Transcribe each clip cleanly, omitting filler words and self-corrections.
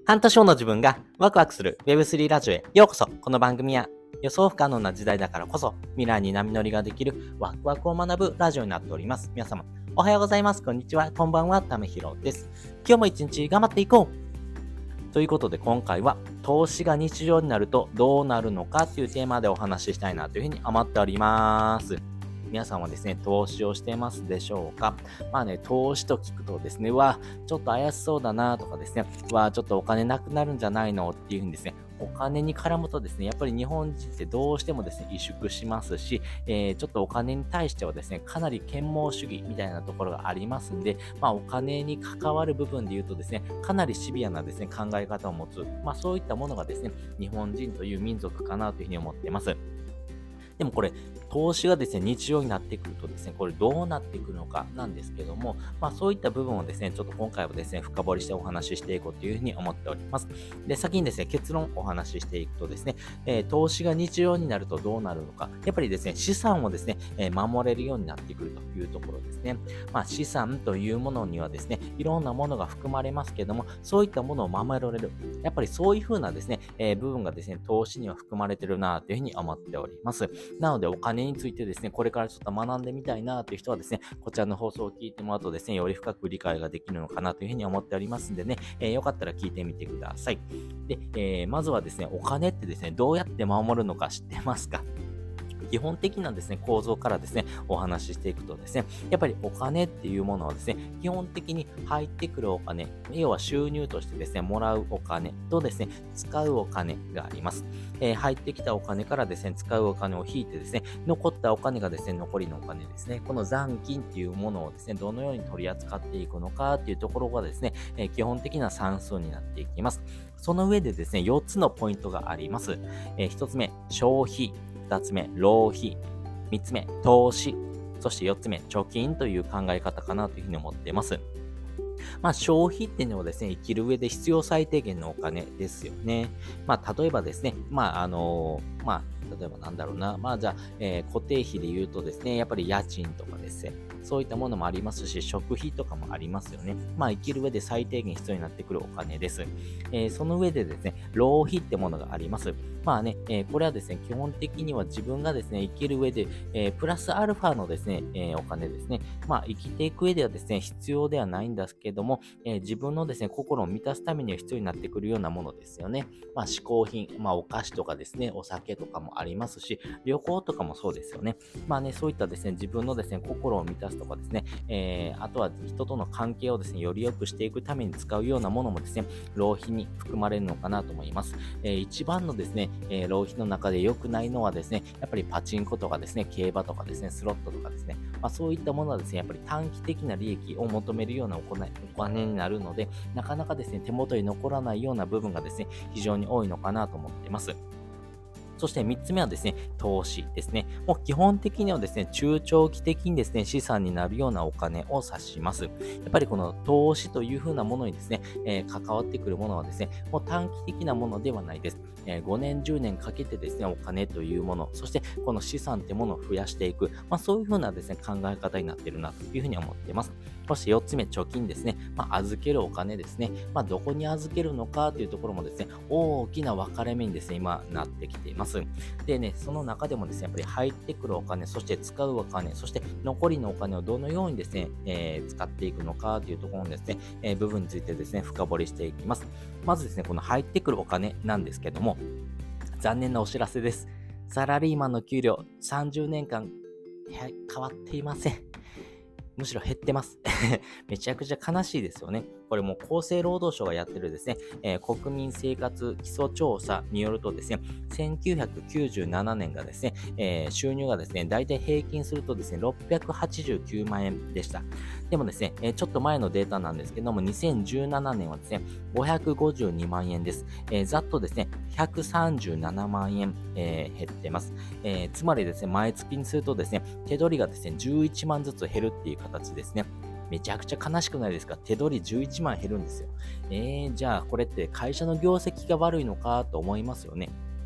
半年後の自分がワクワクする Web3 ラジオへようこそ。この番組は予想不可能な時代だからこそ未来に波乗りができるワクワクを学ぶラジオになっております。皆様おはようございます。こんにちは。こんばんは。ためひろです。今日も一日頑張っていこうということで、今回は投資が日常になるとどうなるのかというテーマでお話ししたいなというふうに思っております。皆さんはですね、投資をしてますでしょうか？投資と聞くとですね、ちょっと怪しそうだなとかですね、ちょっとお金なくなるんじゃないのっていうふうにですね、お金に絡むとですね、やっぱり日本人ってどうしてもですね、萎縮しますし、ちょっとお金に対してはですね、かなり啓蒙主義みたいなところがありますんで、お金に関わる部分で言うとですね、かなりシビアなですね、考え方を持つ、そういったものがですね、日本人という民族かなというふうに思っています。でもこれ、投資がですね、日常になってくるとですね、これどうなってくるのかなんですけども、そういった部分をですね、ちょっと今回はですね、深掘りしてお話ししていこうというふうに思っております。で、先にですね、結論をお話ししていくとですね、投資が日常になるとどうなるのか、やっぱりですね、資産をですね、守れるようになってくるというところですね。資産というものにはですね、いろんなものが含まれますけども、そういったものを守られる。やっぱりそういうふうなですね、部分がですね、投資には含まれてるなというふうに思っております。なのでお金についてですね、これからちょっと学んでみたいなという人はですね、こちらの放送を聞いてもらうとですね、より深く理解ができるのかなというふうに思っておりますんでね、よかったら聞いてみてください。で、まずはですね、お金ってですね、どうやって守るのか知ってますか？基本的なですね、構造からですね、お話ししていくとですね、やっぱりお金っていうものはですね、基本的に入ってくるお金、要は収入としてですね、もらうお金とですね、使うお金があります。入ってきたお金からですね、使うお金を引いてですね、残ったお金がですね、残りのお金ですね、この残金っていうものをですね、どのように取り扱っていくのかっていうところがですね、基本的な算数になっていきます。その上でですね、4つのポイントがあります。1つ目、消費。2つ目、浪費。3つ目、投資。そして4つ目、貯金という考え方かなというふうに思っています。消費っていうのはですね、生きる上で必要最低限のお金ですよね。例えばですね、例えばなんだろうな、じゃあ、固定費で言うとですね、やっぱり家賃とかですね、そういったものもありますし、食費とかもありますよね。生きる上で最低限必要になってくるお金です。その上でですね、浪費ってものがあります。これはですね、基本的には自分がですね、生きる上で、プラスアルファのですね、お金ですね。生きていく上ではですね、必要ではないんですけども、自分のですね、心を満たすためには必要になってくるようなものですよね。嗜好品、お菓子とかですね、お酒とかもありますし、旅行とかもそうですよね。そういったですね、自分のですね、心を満たすとかですね、あとは人との関係をですね、より良くしていくために使うようなものもですね、浪費に含まれるのかなと思います。一番のですね、浪費の中で良くないのはですね、やっぱりパチンコとかですね、競馬とかですね、スロットとかですね、そういったものはですね、やっぱり短期的な利益を求めるようなお金になるので、なかなかですね、手元に残らないような部分がですね、非常に多いのかなと思っています。そして3つ目はですね、投資ですね。もう基本的にはですね、中長期的にですね、資産になるようなお金を指します。やっぱりこの投資というふうなものにですね、関わってくるものはですね、もう短期的なものではないです。5年、10年かけてですね、お金というもの、そしてこの資産というものを増やしていく、そういうふうなですね、考え方になっているなというふうに思っています。そして4つ目、貯金ですね。預けるお金ですね。どこに預けるのかというところもですね、大きな分かれ目にですね、今なってきています。でね、その中でもですね、やっぱり入ってくるお金、そして使うお金、そして残りのお金をどのようにですね、使っていくのかというところのですね、部分についてですね、深掘りしていきます。まずですね、この入ってくるお金なんですけども、残念なお知らせです。サラリーマンの給料30年間変わっていません。むしろ減ってます。めちゃくちゃ悲しいですよね。これもう厚生労働省がやってるですね、国民生活基礎調査によるとですね、1997年がですね、収入がですね、だいたい平均するとですね、689万円でした。でもですね、ちょっと前のデータなんですけども、2017年はですね、552万円です。ざっとですね、137万円、減ってます。つまりですね、毎月にするとですね、手取りがですね、11万ずつ減るっていう形ですね。めちゃくちゃ悲しくないですか？手取り11万減るんですよ。じゃあこれって会社の業績が悪いのかと思いますよね。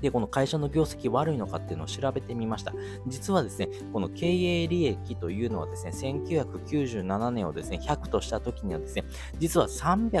で、この会社の業績悪いのかっていうのを調べてみました。実はですね、この経営利益というのはですね、1997年をですね、100とした時にはですね、実は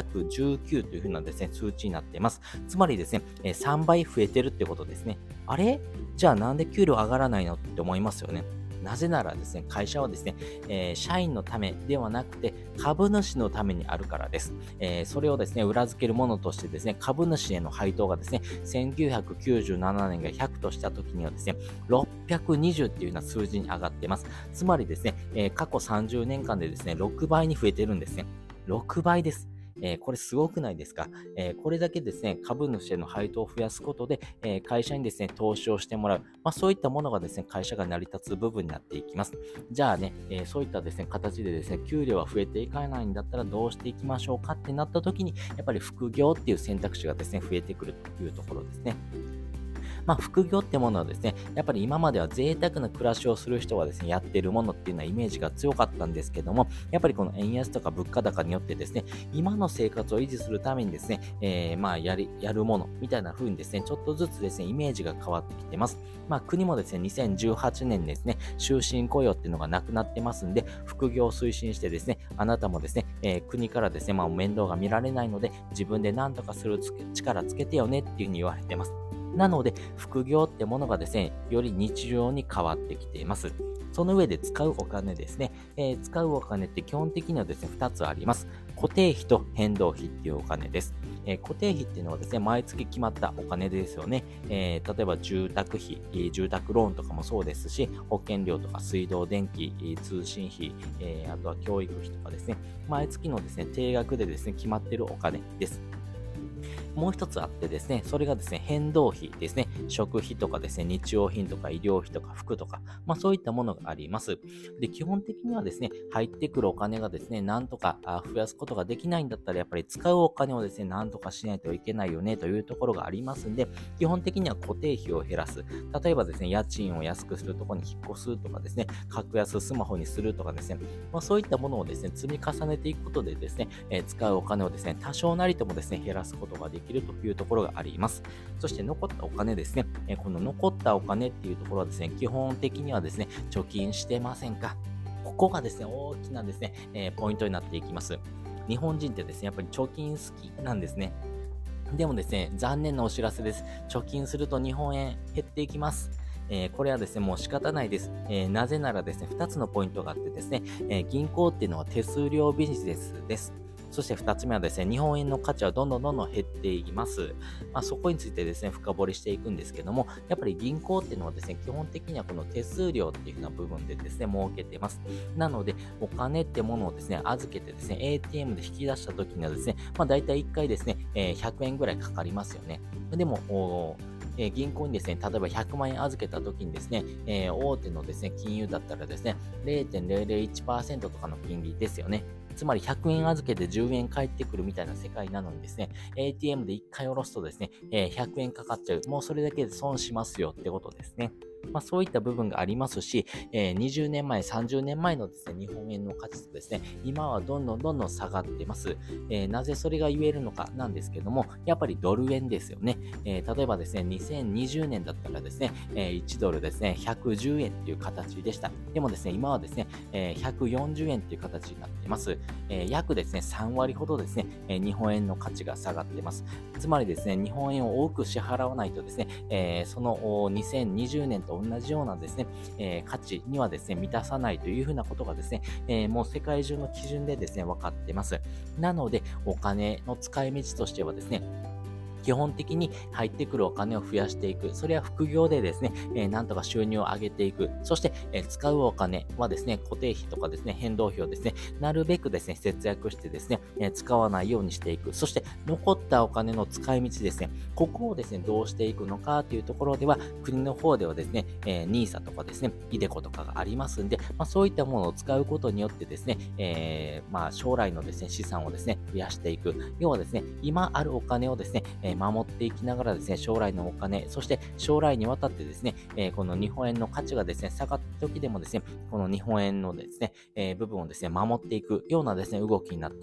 319というふうなですね、数値になっています。つまりですね、3倍増えてるってことですね。あれじゃあなんで給料上がらないのって思いますよね。なぜならですね、会社はですね、社員のためではなくて株主のためにあるからです。それをですね、裏付けるものとしてですね、株主への配当がですね、1997年が100とした時にはですね、620っていうような数字に上がっています。つまりですね、過去30年間でですね、6倍に増えてるんですね。6倍です。これすごくないですか？これだけですね、株主への配当を増やすことで、会社にですね、投資をしてもらう。そういったものがですね、会社が成り立つ部分になっていきます。じゃあね、そういったですね、形でですね、給料は増えていかないんだったらどうしていきましょうかってなった時に、やっぱり副業っていう選択肢がですね、増えてくるというところですね。副業ってものはですね、やっぱり今までは贅沢な暮らしをする人がですね、やっているものっていうのはイメージが強かったんですけども、やっぱりこの円安とか物価高によってですね、今の生活を維持するためにですね、やるものみたいな風にですね、ちょっとずつですね、イメージが変わってきてます。国もですね、2018年にですね、終身雇用っていうのがなくなってますんで、副業を推進してですね、あなたもですね、国からですね、面倒が見られないので、自分で何とかする力つけてよねっていう風に言われてます。なので、副業ってものがですね、より日常に変わってきています。その上で使うお金ですね。使うお金って基本的にはですね、2つあります。固定費と変動費っていうお金です。固定費っていうのはですね、毎月決まったお金ですよね。例えば住宅費、住宅ローンとかもそうですし、保険料とか水道、電気、通信費、あとは教育費とかですね、毎月のですね、定額でですね、決まっているお金です。もう一つあってですね、それがですね、変動費ですね。食費とかですね、日用品とか医療費とか服とか、そういったものがあります。で、基本的にはですね、入ってくるお金がですね、なんとか増やすことができないんだったら、やっぱり使うお金をですね、なんとかしないといけないよねというところがありますんで、基本的には固定費を減らす。例えばですね、家賃を安くするところに引っ越すとかですね、格安スマホにするとかですね、そういったものをですね、積み重ねていくことでですね、使うお金をですね、多少なりともですね、減らすことができるというところがあります。そして残ったお金ですね、この残ったお金っていうところはですね、基本的にはですね、貯金してませんか？ここがですね、大きなですね、ポイントになっていきます。日本人ってですね、やっぱり貯金好きなんですね。でもですね、残念なお知らせです。貯金すると日本円減っていきます。これはですね、もう仕方ないです。なぜならですね、2つのポイントがあってですね、銀行っていうのは手数料ビジネスです。そして2つ目はですね、日本円の価値はどんどん減っていきます。そこについてですね、深掘りしていくんですけども、やっぱり銀行っていうのはですね、基本的にはこの手数料っていう風な部分でですね、設けています。なので、お金ってものをですね、預けてですね、ATM で引き出した時にはですね、だいたい1回ですね、100円ぐらいかかりますよね。でも、銀行にですね、例えば100万円預けた時にですね、大手のですね、金融だったらですね、0.001% とかの金利ですよね。つまり100円預けて10円返ってくるみたいな世界なのにですね、ATM で1回下ろすとですね、100円かかっちゃう。もうそれだけで損しますよってことですね。そういった部分がありますし、20年前、30年前のですね、日本円の価値とですね、今はどんどん下がっています。なぜそれが言えるのかなんですけども、やっぱりドル円ですよね。例えばですね、2020年だったらですね、1ドルですね、110円っていう形でした。でもですね、今はですね、140円っていう形になっています。約ですね、3割ほどですね、日本円の価値が下がっています。つまりですね、日本円を多く支払わないとですね、その2020年と同じようなですね、価値にはですね、満たさないというふうなことがですね、もう世界中の基準でですね、分かってます。なので、お金の使い道としてはですね、基本的に入ってくるお金を増やしていく。それは副業でですね、なんとか収入を上げていく。そして、使うお金はですね、固定費とかですね、変動費をですね、なるべくですね、節約してですね、使わないようにしていく。そして、残ったお金の使い道ですね、ここをですね、どうしていくのかというところでは、国の方ではですね、NISA とかですね、iDeCo とかがありますんで、そういったものを使うことによってですね、将来のですね、資産をですね、増やしていく。要はですね、今あるお金をですね、守っていきながらですね、将来のお金、そして将来にわたってですね、この日本円の価値がですね、下がった時でもですね、この日本円のですね、部分をですね、守っていくようなですね、動きになっていくと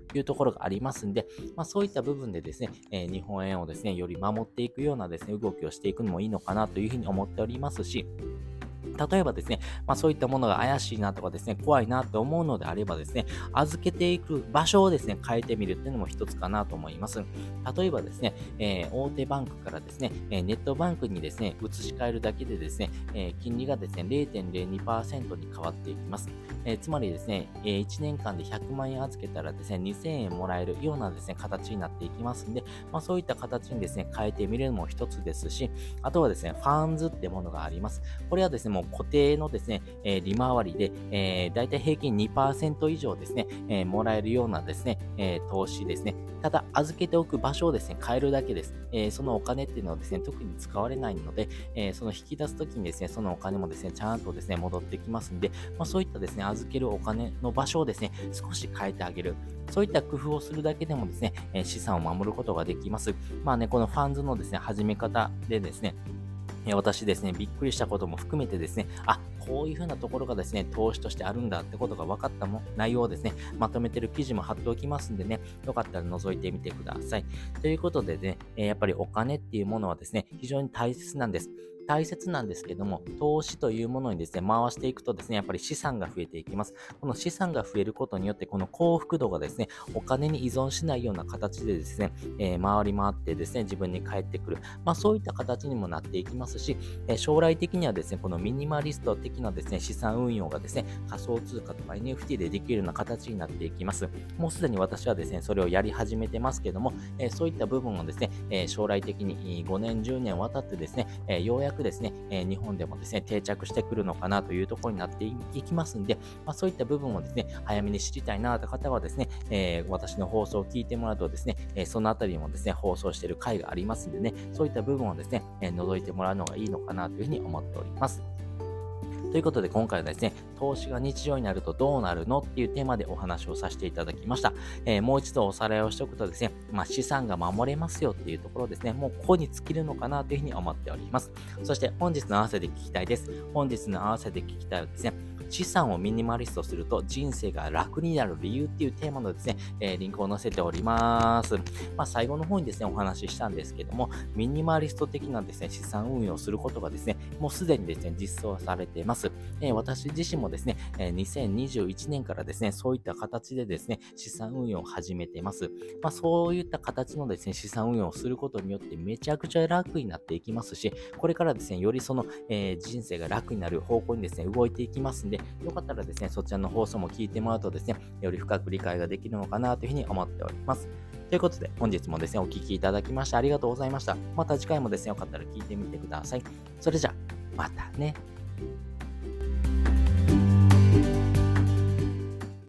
いうところがありますんで、そういった部分でですね、日本円をですね、より守っていくようなですね、動きをしていくのもいいのかなというふうに思っておりますし、例えばですね、そういったものが怪しいなとかですね、怖いなと思うのであればですね、預けていく場所をですね、変えてみるっていうのも一つかなと思います。例えばですね、大手バンクからですね、ネットバンクにですね、移し替えるだけでですね、金利がですね、0.02% に変わっていきます。つまりですね、1年間で100万円預けたらですね、2000円もらえるようなですね、形になっていきますんで、そういった形にですね、変えてみるのも一つですし、あとはですね、ファンズってものがあります。これはですね、もう固定のですね、利回りで、だいたい平均 2% 以上ですね、もらえるようなですね、投資ですね。ただ、預けておく場所をですね、変えるだけです。そのお金っていうのはですね、特に使われないので、その引き出すときにですね、そのお金もですね、ちゃんとですね、戻ってきますんで、そういったですね、預けるお金の場所をですね、少し変えてあげる。そういった工夫をするだけでもですね、資産を守ることができます。このファンズのですね、始め方でですね、私ですね、びっくりしたことも含めてですね、こういうふうなところがですね、投資としてあるんだってことが分かった内容をですね、まとめてる記事も貼っておきますんでね、よかったら覗いてみてください。ということでね、やっぱりお金っていうものはですね、非常に大切なんです。大切なんですけども、投資というものにですね、回していくとですね、やっぱり資産が増えていきます。この資産が増えることによって、この幸福度がですね、お金に依存しないような形でですね、回り回ってですね、自分に返ってくる。そういった形にもなっていきますし、将来的にはですね、このミニマリスト的なですね、資産運用がですね、仮想通貨とか NFT でできるような形になっていきます。もうすでに私はですね、それをやり始めてますけども、そういった部分をですね、将来的に5年、10年渡ってですね、ようやくですね、日本でもですね、定着してくるのかなというところになっていきますんで、そういった部分をですね、早めに知りたいなという方はですね、私の放送を聞いてもらうとですね、そのあたりにもですね、放送している回がありますんでね、そういった部分をですね、覗いてもらうのがいいのかなというふうに思っております。ということで今回はですね、投資が日常になるとどうなるのっていうテーマでお話をさせていただきました。もう一度おさらいをしておくとですね、資産が守れますよっていうところですね、もうここに尽きるのかなというふうに思っております。そして本日の合わせて聞きたいです。本日の合わせて聞きたいはですね、資産をミニマリストすると人生が楽になる理由っていうテーマのですね、リンクを載せております。最後の方にですね、お話ししたんですけども、ミニマリスト的なですね、資産運用をすることがですね、もうすでにですね、実装されています。私自身もですね、2021年からですね、そういった形でですね、資産運用を始めています。そういった形のですね、資産運用をすることによってめちゃくちゃ楽になっていきますし、これからですね、よりその、人生が楽になる方向にですね、動いていきますんで、よかったらですね、そちらの放送も聞いてもらうとですね、より深く理解ができるのかなというふうに思っております。ということで、本日もですね、お聞きいただきましてありがとうございました。また次回もですね、よかったら聞いてみてください。それじゃあ、またね。